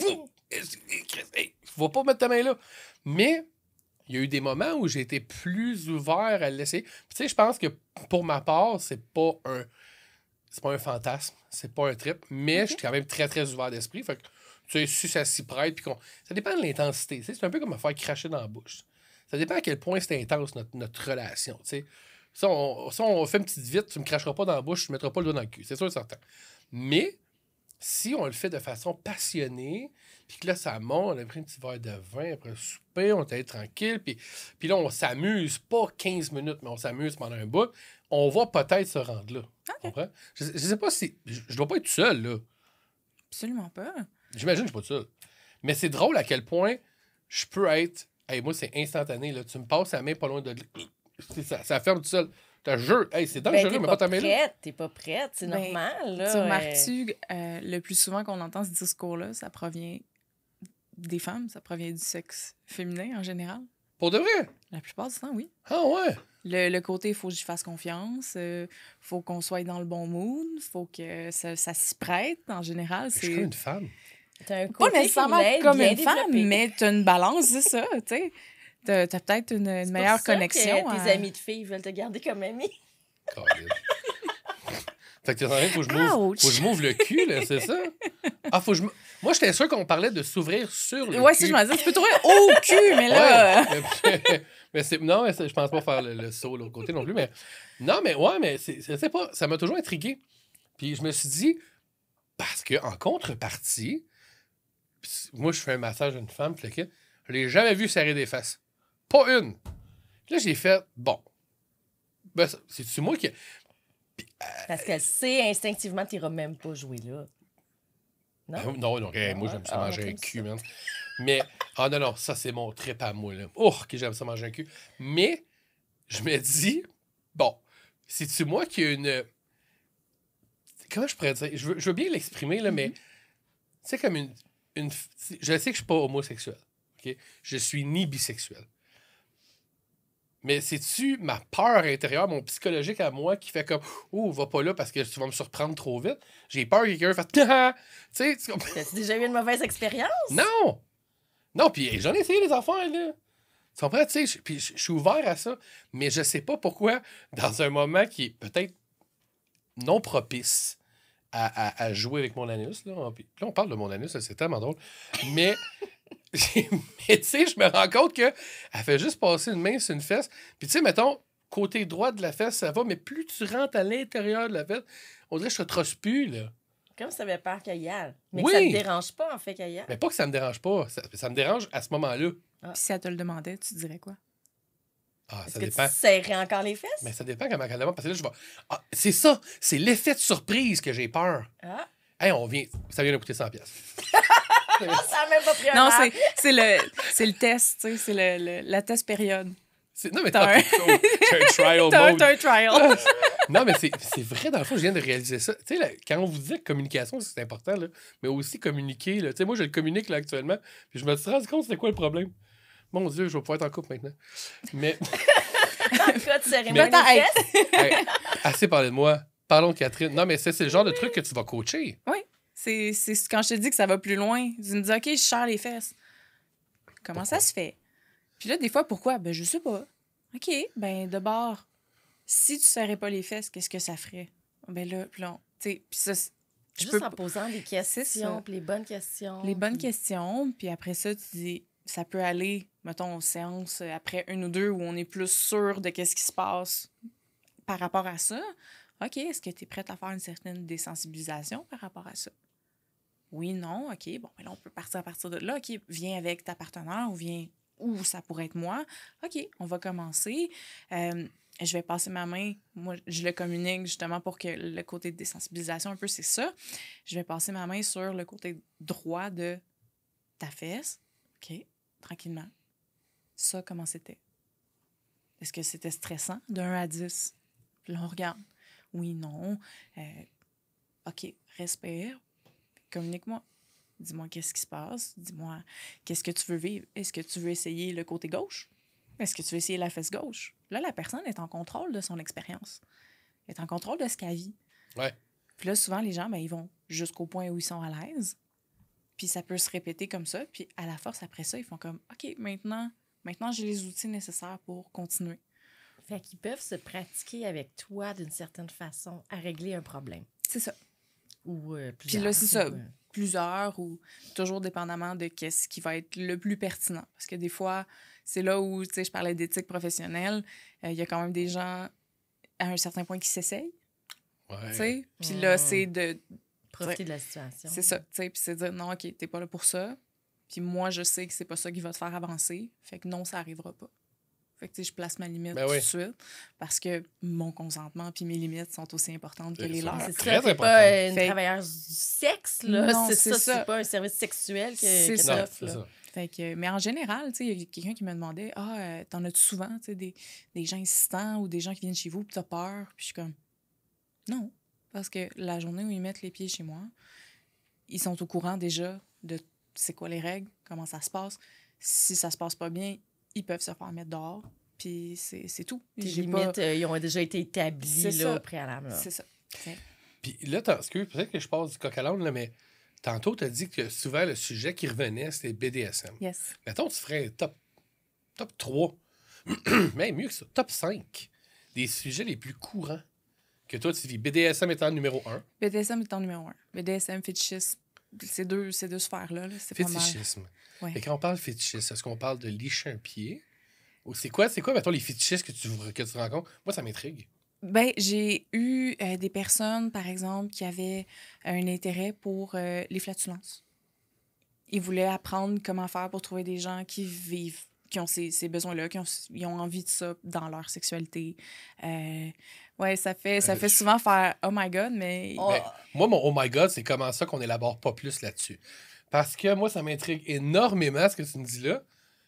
Hey, faut pas mettre ta main là. Mais il y a eu des moments où j'ai été plus ouvert à le laisser. Puis tu sais, je pense que pour ma part, c'est pas un fantasme, c'est pas un trip, mais je suis quand même très, très ouvert d'esprit. Fait que, tu sais, si ça s'y prête, puis ça dépend de l'intensité. Tu sais, c'est un peu comme me faire cracher dans la bouche. Ça dépend à quel point c'est intense, notre relation, tu sais. Si on fait une petite vite, tu me cracheras pas dans la bouche, tu ne mettras pas le doigt dans le cul. C'est sûr et certain. Mais si on le fait de façon passionnée, puis que là, ça monte, on a pris un petit verre de vin après le souper, on est allé tranquille, puis là, on s'amuse, pas 15 minutes, mais on s'amuse pendant un bout, on va peut-être se rendre là. OK. Comprends? Je sais pas si... Je dois pas être tout seul, là. Absolument pas. J'imagine que je suis pas tout seul. Mais c'est drôle à quel point je peux être... Hey, moi, c'est instantané, là. Tu me passes la main pas loin de... Ça ferme tout seul. Je te jure. Hey, c'est dangereux, mais pas ta main là. T'es pas prête, c'est Ben, normal. Là, Tu remarques-tu, le plus souvent qu'on entend ce discours-là, ça provient des femmes, ça provient du sexe féminin en général? Pour de vrai? La plupart du temps, oui. Ah ouais? Le côté, il faut que j'y fasse confiance, faut qu'on soit dans le bon mood, faut que ça s'y prête. En général, Je suis c'est comme une femme. T'as un pas côté nécessairement féminin comme bien une femme, développé. mais t'as une balance, c'est ça, tu sais. T'as peut-être une C'est meilleure pour ça connexion. que tes amis de filles veulent te garder comme amie. Fait que t'es en train, faut que je m'ouvre le cul, là, c'est ça? Ah, Moi, j'étais sûr qu'on parlait de s'ouvrir sur le Ouais, cul. si je me disais, tu peux trouver au cul, mais là... Ouais. mais je pense pas faire le saut de l'autre côté non plus, mais... Non, mais ouais, mais c'est pas... Ça m'a toujours intrigué. Puis je me suis dit, parce qu'en contrepartie, moi, je fais un massage à une femme, puis le kit, je l'ai jamais vu serrer des fesses. Pas une. Puis là, j'ai fait, bon, ben, c'est-tu moi qui... Parce qu'elle sait instinctivement que tu n'iras même pas jouer là. Non? Non, moi, j'aime ça manger un t'aimes cul, ça. man. Mais, non, ça, c'est mon trip à moi, là. Oh, que j'aime ça manger un cul. Mais, je me dis, bon, c'est-tu moi qui ai une... Comment je pourrais dire? Je veux bien l'exprimer, là, mais c'est comme une... Je sais que je suis pas homosexuel, OK? Je suis ni bisexuel. Mais c'est-tu ma peur intérieure, mon psychologique à moi qui fait comme « Oh, va pas là parce que tu vas me surprendre trop vite. » J'ai peur que quelqu'un fasse « Tu sais, tu comprends? T'as-tu déjà eu une mauvaise expérience? Non! Non, puis j'en ai essayé les affaires, là. Tu comprends? Tu sais, puis je suis ouvert à ça, mais je sais pas pourquoi, dans un moment qui est peut-être non propice à jouer avec mon anus, là, puis là, on parle de mon anus, c'est tellement drôle, mais tu sais, je me rends compte qu'elle fait juste passer une main sur une fesse, puis tu sais, mettons, côté droit de la fesse, ça va, mais plus tu rentres à l'intérieur de la fesse, on dirait que je te trosse plus, là. Comme si t'avais peur qu'elle y aille. Mais Oui. que ça ne dérange pas, en fait, qu'elle y aille. Mais pas que ça me dérange pas, ça me dérange à ce moment-là. Puis si elle te le demandait, tu dirais quoi? Ah, Est-ce ça que dépend. tu serrais encore les fesses? Mais ça dépend comment elle demande, parce que là, je vais... Ah, c'est ça! C'est l'effet de surprise que j'ai peur. Ah. Hey, ça vient de coûter 100$. Ça n'a même pas pris un Non, verre. c'est le test, tu sais, c'est la test période. Non, mais T'as t'as un trial T'as mode. un trial. Non, mais c'est vrai, dans le fond, je viens de réaliser ça. Tu sais, là, quand on vous dit que communication, c'est important, là, mais aussi communiquer. Là. Tu sais, moi, je le communique là, actuellement, puis je me suis rendu compte c'était quoi le problème. Mon Dieu, je vais pouvoir être en couple maintenant. Mais... En cas de cérémonie Mais attends, de fesses. Hey, assez parlé de moi. Parlons de Catherine. Non, mais c'est le genre de truc que tu vas coacher. Oui, c'est quand je te dis que ça va plus loin. Tu me dis, OK, je serre les fesses. Comment ça se fait? Puis là, des fois, pourquoi? Ben, je sais pas. OK, ben, de bord, si tu serrais pas les fesses, qu'est-ce que ça ferait? Ben là, tu sais, puis ça, je Juste peux en pas... posant des ça. questions, puis les bonnes questions. Les bonnes puis- questions, puis après ça, tu dis, ça peut aller, mettons, aux séances après une ou deux où on est plus sûr de qu'est-ce qui se passe par rapport à ça. OK, est-ce que tu es prête à faire une certaine désensibilisation par rapport à ça? Oui, non, OK, bon, ben là, on peut partir à partir de là. OK, viens avec ta partenaire ou ça pourrait être moi. OK, on va commencer. Je vais passer ma main. Moi, je le communique justement pour que le côté de désensibilisation, un peu, c'est ça. Je vais passer ma main sur le côté droit de ta fesse. OK, tranquillement. Ça, comment c'était? Est-ce que c'était stressant? De 1 à 10. Puis là, on regarde. Oui, non. OK, respire. Communique-moi. Dis-moi qu'est-ce qui se passe. Dis-moi qu'est-ce que tu veux vivre. Est-ce que tu veux essayer le côté gauche? Est-ce que tu veux essayer la fesse gauche? Là, la personne est en contrôle de son expérience. Elle est en contrôle de ce qu'elle vit. Ouais. Puis là, souvent, les gens, ben, ils vont jusqu'au point où ils sont à l'aise. Puis ça peut se répéter comme ça. Puis à la force, après ça, ils font comme, OK, maintenant j'ai les outils nécessaires pour continuer. Fait qu'ils peuvent se pratiquer avec toi d'une certaine façon à régler un problème. C'est ça. Ou plusieurs. Puis là, c'est ça. Plusieurs ou toujours dépendamment de qu'est-ce qui va être le plus pertinent. Parce que des fois, c'est là où, tu sais, je parlais d'éthique professionnelle. Il y a quand même des gens à un certain point qui s'essayent. Ouais. Tu sais? Puis là, c'est de... Profiter de la situation. C'est ça, tu sais. Puis c'est de dire, non, OK, t'es pas là pour ça. Puis moi, je sais que c'est pas ça qui va te faire avancer. Fait que non, ça arrivera pas. Fait que, tu sais, je place ma limite tout de suite parce que mon consentement puis mes limites sont aussi importantes que les leurs. C'est très ça, c'est important. pas une travailleuse du sexe, là. Non, c'est ça. C'est pas un service sexuel que ça. t'offres, là. Fait que, mais en général, tu sais, il y a quelqu'un qui me demandait, t'en as-tu souvent, tu sais, des gens insistants ou des gens qui viennent chez vous puis t'as peur? Puis je suis comme, non. Parce que la journée où ils mettent les pieds chez moi, ils sont au courant déjà de c'est quoi les règles, comment ça se passe. Si ça se passe pas bien, ils peuvent se faire mettre dehors. Puis c'est tout. Tes limites, ils ont déjà été établies là, au préalable. Là. C'est ça. Puis là, peut-être que je passe du coq à l'âne, mais tantôt, tu as dit que souvent, le sujet qui revenait, c'était BDSM. Yes. Mettons, tu ferais un top 3, même mieux que ça, top 5 des sujets les plus courants que toi, tu vis. BDSM étant numéro 1. BDSM étant numéro 1. BDSM, fétichisme, ces deux sphères-là, c'est pas mal. Fétichisme. Ouais. Et quand on parle fétichisme, est-ce qu'on parle de licher un pied? Ou c'est quoi, mettons, les fétichistes que tu rencontres? Moi, ça m'intrigue. Ben, j'ai eu des personnes, par exemple, qui avaient un intérêt pour les flatulences. Ils voulaient apprendre comment faire pour trouver des gens qui vivent, qui ont ces besoins-là, ils ont envie de ça dans leur sexualité. Ouais, ça fait souvent faire « Oh my God », mais... Ben, moi, mon « Oh my God », c'est comment ça qu'on élabore pas plus là-dessus. Parce que moi, ça m'intrigue énormément, ce que tu me dis là.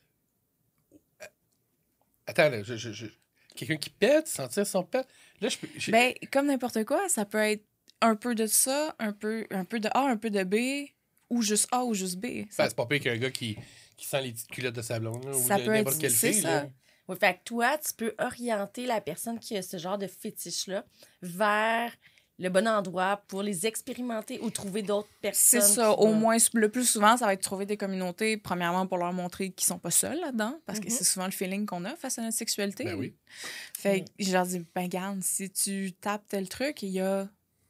Attends, là, quelqu'un qui pète, sentir son pète. Là, Ben, comme n'importe quoi, ça peut être un peu de ça, un peu de A, un peu de B, ou juste A ou juste B. Ben, c'est pas pire qu'un gars qui sent les petites culottes de sa blonde, là, ça ou peut n'importe être, quelle fille. ça. Là. Oui, fait que toi, tu peux orienter la personne qui a ce genre de fétiche-là vers le bon endroit pour les expérimenter ou trouver d'autres personnes. C'est ça. Au moins, le plus souvent, ça va être trouver des communautés, premièrement, pour leur montrer qu'ils sont pas seuls là-dedans, parce que c'est souvent le feeling qu'on a face à notre sexualité. Ben oui. Fait que je leur dis, ben garde, si tu tapes tel truc, il y a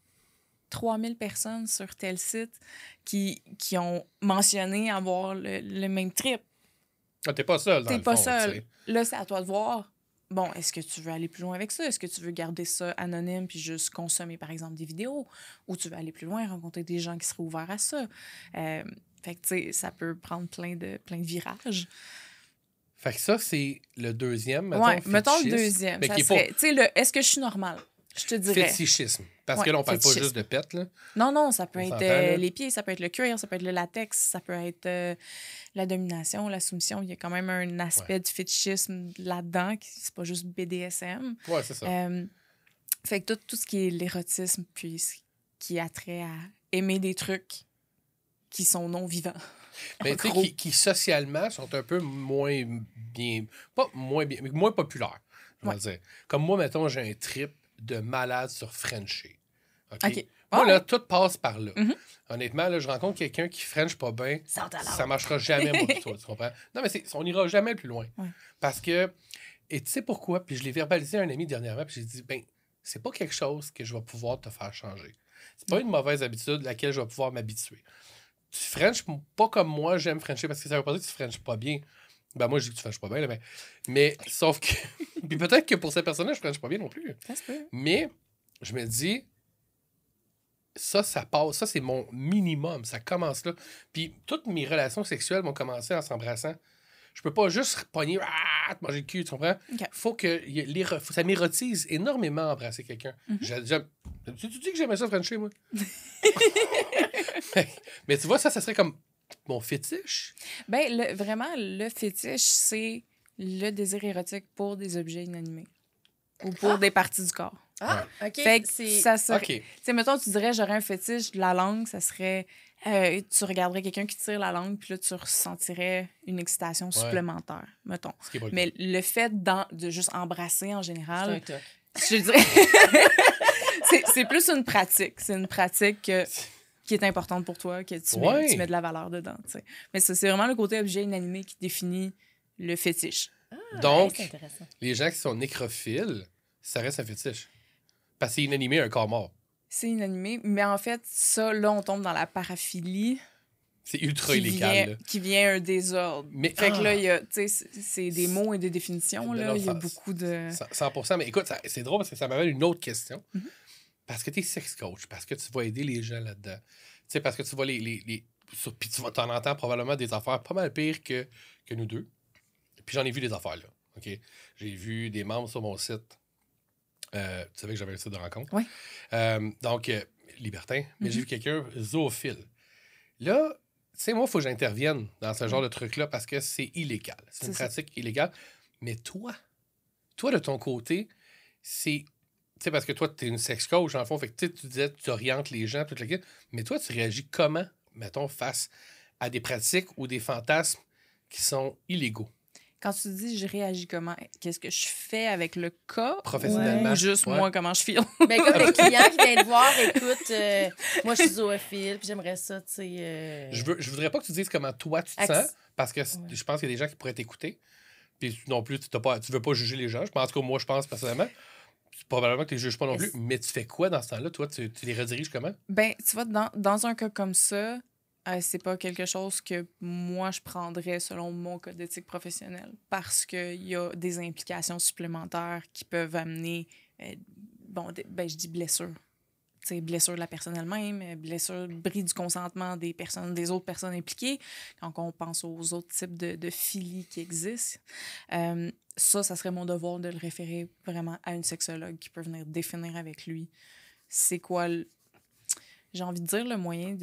3000 personnes sur tel site qui ont mentionné avoir le même trip. Ah, t'es pas seul, dans T'es le pas fond, seul. tu sais. Là, c'est à toi de voir. Bon, est-ce que tu veux aller plus loin avec ça? Est-ce que tu veux garder ça anonyme puis juste consommer, par exemple, des vidéos? Ou tu veux aller plus loin, rencontrer des gens qui seraient ouverts à ça? Fait que, tu sais, ça peut prendre plein de virages. Fait que ça, c'est le deuxième, mettons, Ouais, mettons le fétichisme, deuxième. mais Ça qui est serait, tu sais, est-ce que je suis normale? Je te dirais. fétichisme. Parce Ouais, que là, on parle pas fétichisme. juste de pète, là. Non, ça peut On être s'entend, là. les pieds, ça peut être le cuir, ça peut être le latex, ça peut être la domination, la soumission. Il y a quand même un aspect du fétichisme là-dedans, c'est pas juste BDSM. Ouais, c'est ça. Fait que tout ce qui est l'érotisme, puis ce qui a trait à aimer des trucs qui sont non-vivants. Mais tu sais, qui socialement sont un peu moins bien... Pas moins bien, mais moins populaires, je vais dire. Comme moi, mettons, j'ai un trip de malade sur Frencher. OK? Moi, là, tout passe par là. Mm-hmm. Honnêtement, là, je rencontre quelqu'un qui French pas bien, Ça ça marchera jamais, moi, pis toi, tu comprends? Non, mais on n'ira jamais plus loin. Ouais. Parce que... Et tu sais pourquoi? Puis je l'ai verbalisé à un ami dernièrement, puis j'ai dit, ben, c'est pas quelque chose que je vais pouvoir te faire changer. C'est pas une mauvaise habitude à laquelle je vais pouvoir m'habituer. Tu French pas comme moi, j'aime Frencher, parce que ça veut pas dire que tu Frenches pas bien. Ben moi, je dis que tu Frenches pas bien, là, mais sauf que... Puis peut-être que pour cette personne-là, je French pas bien non plus. Ça se peut. Mais je me dis, ça passe. Ça, c'est mon minimum. Ça commence là. Puis toutes mes relations sexuelles vont commencer en s'embrassant. Je peux pas juste pogner, te manger le cul, tu comprends? Okay. Faut que ça m'érotise énormément embrasser quelqu'un. Mm-hmm. Tu dis que j'aimais ça Frencher, moi? Mais tu vois, ça serait comme mon fétiche? Ben, vraiment, le fétiche, c'est le désir érotique pour des objets inanimés ou pour des parties du corps. Ah, OK. Fait que C'est... ça serait... OK. Tu sais, mettons, tu dirais, j'aurais un fétiche de la langue, ça serait... tu regarderais quelqu'un qui tire la langue, puis là, tu ressentirais une excitation supplémentaire, mettons. Ce qui est pas le Mais le fait de juste embrasser, en général, C'est un toc. je dirais... c'est plus une pratique. C'est une pratique qui est importante pour toi, que tu mets de la valeur dedans, tu sais. Mais ça, c'est vraiment le côté objet inanimé qui définit le fétiche. Donc, c'est intéressant. les gens qui sont nécrophiles, ça reste un fétiche. Parce que c'est inanimé, un corps mort. C'est inanimé, mais en fait, ça, là, on tombe dans la paraphilie. C'est ultra illégal. Là. Qui vient un désordre. Mais, fait que là, il y a, tu sais, c'est des mots et des définitions, là. Il y a beaucoup de... 100%. Mais écoute, c'est drôle parce que ça m'amène une autre question. Mm-hmm. Parce que tu es sex coach, parce que tu vas aider les gens là-dedans. Tu sais, parce que tu vas puis tu t'en entends probablement des affaires pas mal pires que nous deux. Puis j'en ai vu des affaires, là. OK? J'ai vu des membres sur mon site. Tu savais que j'avais un site de rencontre. Oui. Donc, libertin. Mais j'ai vu quelqu'un zoophile. Là, tu sais, moi, il faut que j'intervienne dans ce genre de truc-là parce que c'est illégal. C'est une pratique illégale. Mais toi, de ton côté, c'est... Tu sais, parce que toi, tu es une sex coach, en fond. Fait que tu disais, tu orientes les gens, tout le... Mais toi, tu réagis comment, mettons, face à des pratiques ou des fantasmes qui sont illégaux? Quand tu dis je réagis comment, qu'est-ce que je fais avec le cas? Professionnellement. Ou juste moi, comment je file? Ben, comme le client qui vient te voir, écoute, moi, je suis zoophile, puis j'aimerais ça, tu sais... Je voudrais pas que tu dises comment toi, tu te sens, parce que je pense qu'il y a des gens qui pourraient t'écouter. Puis non plus, tu veux pas juger les gens. En tout cas, moi, je pense personnellement. Probablement que tu les juges pas non plus. Mais tu fais quoi dans ce temps-là? Toi, tu les rediriges comment? Ben, tu vois, dans un cas comme ça, c'est pas quelque chose que moi, je prendrais selon mon code d'éthique professionnelle parce qu'il y a des implications supplémentaires qui peuvent amener, je dis blessure. T'sais, blessure de la personne elle-même, blessure, bris du consentement des autres personnes impliquées, quand on pense aux autres types de philies qui existent. Ça serait mon devoir de le référer vraiment à une sexologue qui peut venir définir avec lui c'est quoi, j'ai envie de dire, le moyen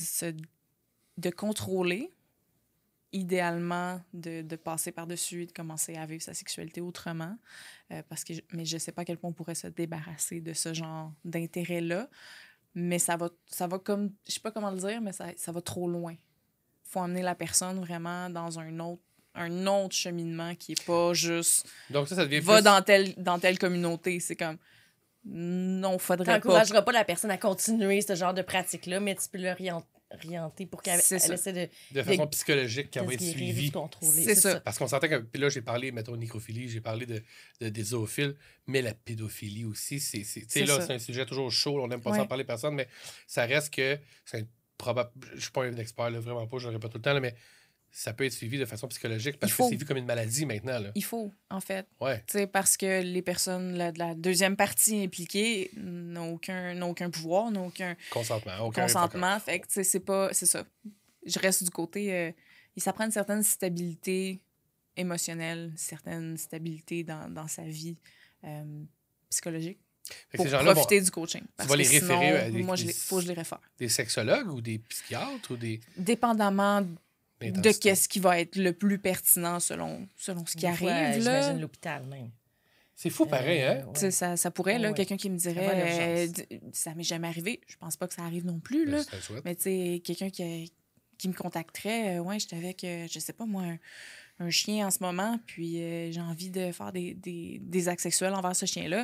de contrôler, idéalement de passer par-dessus et de commencer à vivre sa sexualité autrement. Mais je sais pas à quel point on pourrait se débarrasser de ce genre d'intérêt-là. Mais ça va comme... Je sais pas comment le dire, mais ça va trop loin. Faut amener la personne vraiment dans un autre cheminement qui est pas juste... Donc ça devient va plus... dans telle communauté. C'est comme... Non, faudrait pas... T'encourageras pas la personne à continuer ce genre de pratique-là, mais tu peux l'orienter pour qu'elle essaie de façon psychologique, qu'elle va être suivie. C'est ça. Parce qu'on s'entend que... Puis là, j'ai parlé, mettons, de nécrophilie, j'ai parlé des zoophiles, mais la pédophilie aussi, c'est un sujet toujours chaud, on n'aime pas s'en parler personne, mais ça reste que... Je suis pas un expert, là, vraiment pas, je le répète tout le temps, là, mais ça peut être suivi de façon psychologique parce que c'est vu comme une maladie maintenant. Là. Il faut, en fait. Ouais. Parce que les personnes de la deuxième partie impliquée n'ont aucun pouvoir, n'ont aucun consentement. Fait que c'est ça. Je reste du côté... ça prend une certaine stabilité émotionnelle, une certaine stabilité dans sa vie psychologique. Pour profiter du coaching. Tu vas les référer à moi, faut que je les réfère. Des sexologues ou des psychiatres ou des... Dépendamment de qu'est-ce qui va être le plus pertinent selon ce qui arrive. J'imagine l'hôpital même. C'est fou pareil, hein? Ouais. Ça pourrait, là, quelqu'un qui me dirait ça m'est jamais arrivé. Je pense pas que ça arrive non plus, là. Mais tu sais, quelqu'un qui me contacterait, j'étais avec, je sais pas moi, un chien en ce moment, puis j'ai envie de faire des actes sexuels envers ce chien-là.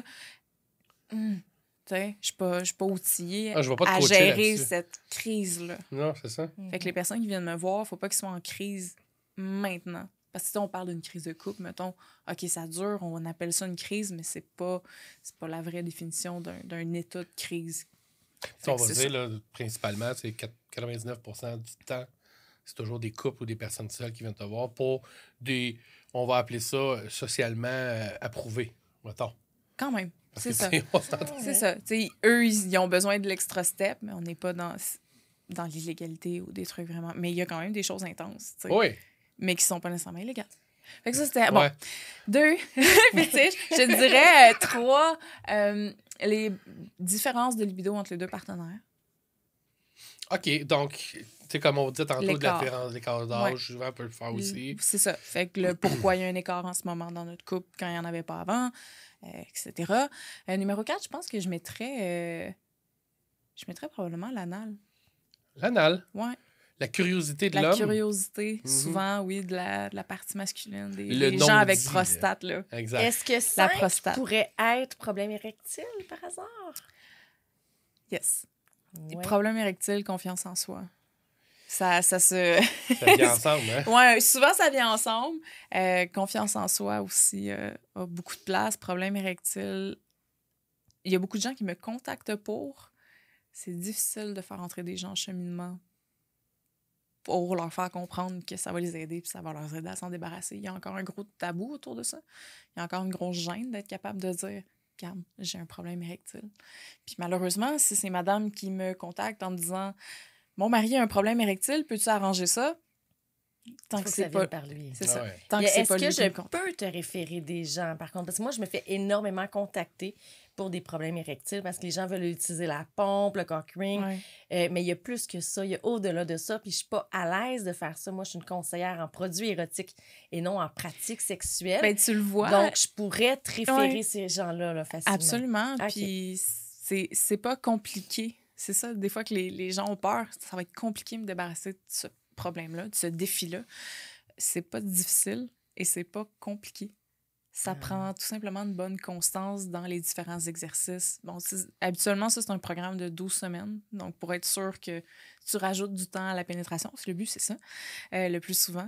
Tu sais, je suis pas outillée à gérer cette crise-là. Non, c'est ça. Fait que les personnes qui viennent me voir, faut pas qu'ils soient en crise maintenant. Parce que on parle d'une crise de couple, mettons, OK, ça dure, on appelle ça une crise, mais c'est pas la vraie définition d'un état de crise. On va dire, là, principalement, c'est 99% du temps, c'est toujours des couples ou des personnes seules qui viennent te voir pour des, on va appeler ça socialement approuvé, mettons. Quand même. C'est ça. C'est ça. T'sais, eux, ils ont besoin de l'extra step, mais on n'est pas dans l'illégalité ou des trucs vraiment. Mais il y a quand même des choses intenses. Oui. Mais qui ne sont pas nécessairement illégales. Fait que ça, c'était. Bon. 2 fétiches. Je dirais 3, les différences de libido entre les deux partenaires. OK, donc, tu sais, comme on dit tantôt, de L'écart. l'écart d'âge, souvent, peut le faire aussi. C'est ça. Fait que le pourquoi il y a un écart en ce moment dans notre couple quand il n'y en avait pas avant, etc. Numéro 4, je pense que je mettrais probablement l'anal. L'anal. Ouais. La curiosité de La l'homme. curiosité, Mhm. souvent, oui, de la partie masculine, Le des gens avec non-dit, prostate, là. Exact. Est-ce que 5 prostate. pourrait être problème érectile, par hasard? Yes. Ouais. Problème érectile, confiance en soi. Ça se... Ça vient ensemble, hein? Ouais, souvent, ça vient ensemble. Confiance en soi aussi a beaucoup de place. Problème érectile. Il y a beaucoup de gens qui me contactent pour. C'est difficile de faire entrer des gens en cheminement pour leur faire comprendre que ça va les aider puis ça va leur aider à s'en débarrasser. Il y a encore un gros tabou autour de ça. Il y a encore une grosse gêne d'être capable de dire « Regarde, j'ai un problème érectile. » Puis malheureusement, si c'est madame qui me contacte en me disant « Mon mari a un problème érectile, peux-tu arranger ça? » Tant que c'est pas... par lui. C'est ça. Ouais. Tant que Puis c'est est-ce pas que lui je qui me contacte. peux te référer des gens, par contre? Parce que moi, je me fais énormément contacter pour des problèmes érectiles parce que les gens veulent utiliser la pompe, le cock ring. Ouais. Mais il y a plus que ça. Il y a au-delà de ça. Puis je suis pas à l'aise de faire ça. Moi, je suis une conseillère en produits érotiques et non en pratiques sexuelles. Ben, tu le vois. Donc, je pourrais te référer Ouais. ces gens-là là, facilement. Absolument. Ok. Puis c'est pas compliqué. C'est ça, des fois que les gens ont peur. Ça va être compliqué de me débarrasser de ce problème-là, de ce défi-là. C'est pas difficile et c'est pas compliqué. Ça prend tout simplement une bonne constance dans les différents exercices. Bon, habituellement, ça, c'est un programme de 12 semaines. Donc, pour être sûr que tu rajoutes du temps à la pénétration, parce que le but, c'est ça, le plus souvent.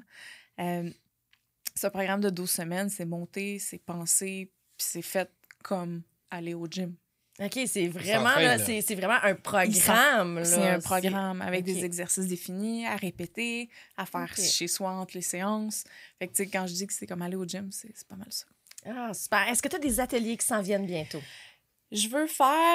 Ce programme de 12 semaines, c'est monté, c'est pensé, puis c'est fait comme aller au gym. OK, c'est vraiment, s'entraîne, là, là. c'est vraiment un programme. C'est là. un programme avec OK. des exercices définis, à répéter, à faire OK. chez soi entre les séances. Fait que, tu sais, quand je dis que c'est comme aller au gym, c'est pas mal ça. Ah, super. Est-ce que tu as des ateliers qui s'en viennent bientôt? Je veux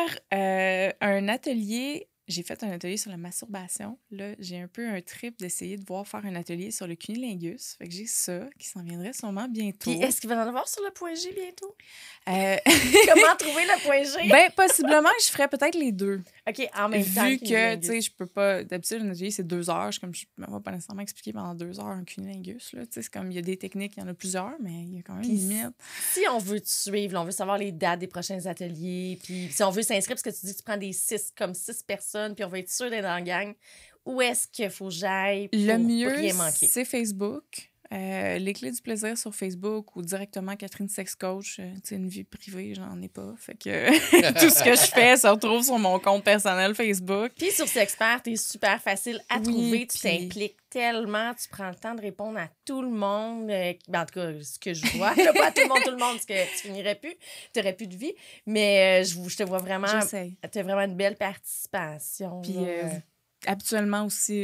faire un atelier. J'ai fait un atelier sur la masturbation. Là, j'ai un peu un trip d'essayer de voir faire un atelier sur le cunilingus. Fait que j'ai ça qui s'en viendrait sûrement bientôt. Puis est-ce qu'il va en avoir sur le point G bientôt? Euh, Comment trouver le point G? ben, possiblement, je ferais peut-être les deux. OK, en même temps. Vu que, tu sais, je peux pas... D'habitude, un atelier, c'est 2 heures. Je ne vais pas nécessairement expliquer pendant 2 heures un cunilingus. Là. Tu sais, c'est comme, il y a des techniques, il y en a plusieurs, mais il y a quand même une limite. Si on veut te suivre, là, on veut savoir les dates des prochains ateliers, puis si on veut s'inscrire, parce que tu dis que tu prends des 6 personnes, puis on veut être sûr d'être dans la gang, où est-ce qu'il faut que j'aille pour Le mieux, rien manquer? c'est Facebook. Les clés du plaisir sur Facebook ou directement Catherine Sex Coach. Tu sais, une vie privée, j'en ai pas. Fait que tout ce que je fais se retrouve sur mon compte personnel Facebook. Puis sur Sexpert, t'es super facile à Oui, trouver. Tu puis- t'impliques tellement. Tu prends le temps de répondre à tout le monde. Ben, en tout cas, ce que je vois. Là, pas à tout le monde, parce que tu finirais plus. Tu n'aurais plus de vie. Mais je te vois vraiment... J'essaye. Tu as vraiment une belle participation. Puis là. habituellement aussi,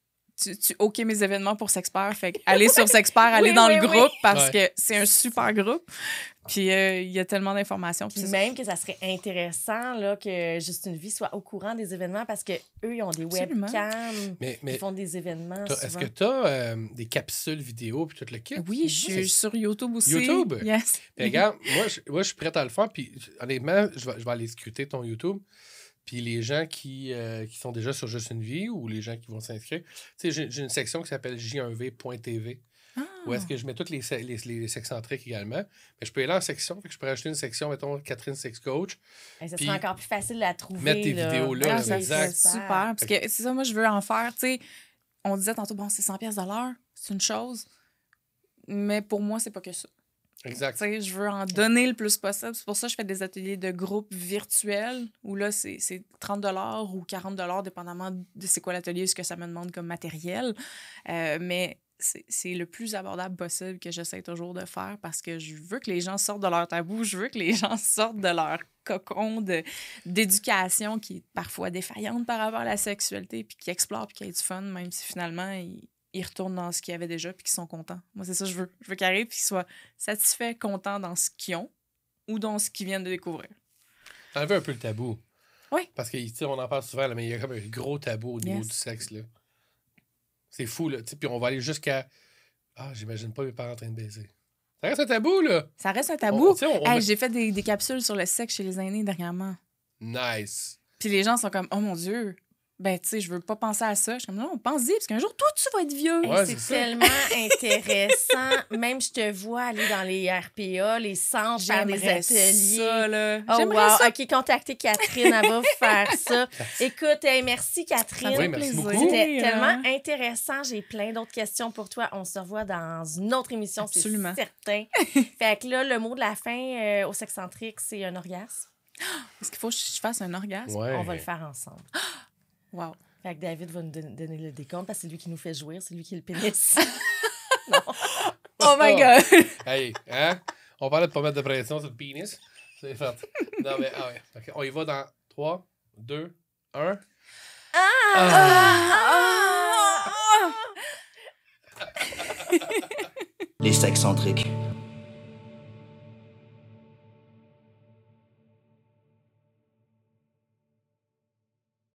tu OK mes événements pour Sexpert. Fait que aller sur Sexpert, aller Oui, dans oui, le oui. groupe parce Ouais. que c'est un super groupe. Puis il y a tellement d'informations. Puis Puis c'est ça. même que ça serait intéressant là, que Juste une vie soit au courant des événements parce qu'eux, ils ont des Absolument. webcams. Mais Ils font des événements est-ce souvent. que tu as des capsules vidéo puis tout le kit? Oui, je suis sur YouTube aussi. YouTube? Yes. Puis regarde, moi, je suis prêt à le faire. Puis honnêtement, je vais aller scruter ton YouTube. Puis les gens qui sont déjà sur Juste une vie ou les gens qui vont s'inscrire, tu sais, j'ai une section qui s'appelle j1v.tv Ah. où est-ce que je mets toutes les sexcentriques également. Mais je peux aller en section, fait que je peux rajouter une section, mettons, Catherine Sex Coach. Ça Puis serait encore plus facile à trouver. mettre tes vidéos là, Ah, ça exact. serait super. Parce que c'est ça, moi, je veux en faire. Tu sais, on disait tantôt, bon, c'est 100$ de l'heure, c'est une chose. Mais pour moi, c'est pas que ça. Exact. Tu sais, je veux en donner le plus possible. C'est pour ça que je fais des ateliers de groupe virtuels où là, c'est 30$ ou 40$, dépendamment de c'est quoi l'atelier, ce que ça me demande comme matériel. Mais c'est le plus abordable possible que j'essaie toujours de faire parce que je veux que les gens sortent de leur tabou, je veux que les gens sortent de leur cocon d'éducation qui est parfois défaillante par rapport à la sexualité, puis qui explorent, puis qui aient du fun, même si finalement, ils retournent dans ce qu'ils avaient déjà puis qu'ils sont contents. Moi, c'est ça que je veux. Je veux qu'ils arrivent puis qu'ils soient satisfaits, contents dans ce qu'ils ont ou dans ce qu'ils viennent de découvrir. T'enlever un peu le tabou. Oui. Parce que, tu sais, on en parle souvent, là, mais il y a comme un gros tabou au niveau Yes. du sexe, là. C'est fou, là. Tu sais, puis on va aller jusqu'à... Ah, j'imagine pas mes parents en train de baiser. Ça reste un tabou, là. Ça reste un tabou. Tu sais, on Hey, met- j'ai fait des capsules sur le sexe chez les aînés dernièrement. Nice. Puis les gens sont comme, oh mon Dieu, ben, tu sais, je veux pas penser à ça. Je suis comme, non, pense-y, parce qu'un jour, toi, tu vas être vieux. Ouais, c'est c'est ça. tellement intéressant. Même, je te vois aller dans les RPA, les centres, faire des J'aimerais ateliers. ça, là. Oh, J'aimerais wow. ça. OK, contactez Catherine, elle va vous faire ça. Écoute, hey, merci Catherine. Oui, merci beaucoup. C'était Oui, tellement intéressant. J'ai plein d'autres questions pour toi. On se revoit dans une autre émission, Absolument. c'est certain. Fait que là, le mot de la fin au Sexcentrique, c'est un orgasme. Est-ce qu'il faut que je fasse un orgasme? Ouais. On va le faire ensemble. Wow. Fait que David va nous donner le décompte parce que c'est lui qui nous fait jouir, c'est lui qui est le pénis. Oh my God! Hey, hein? On parlait de pas mettre de pression sur le pénis. C'est fait. Non, mais, ah ouais. OK, on y va dans 3, 2, 1. Les sexcentriques.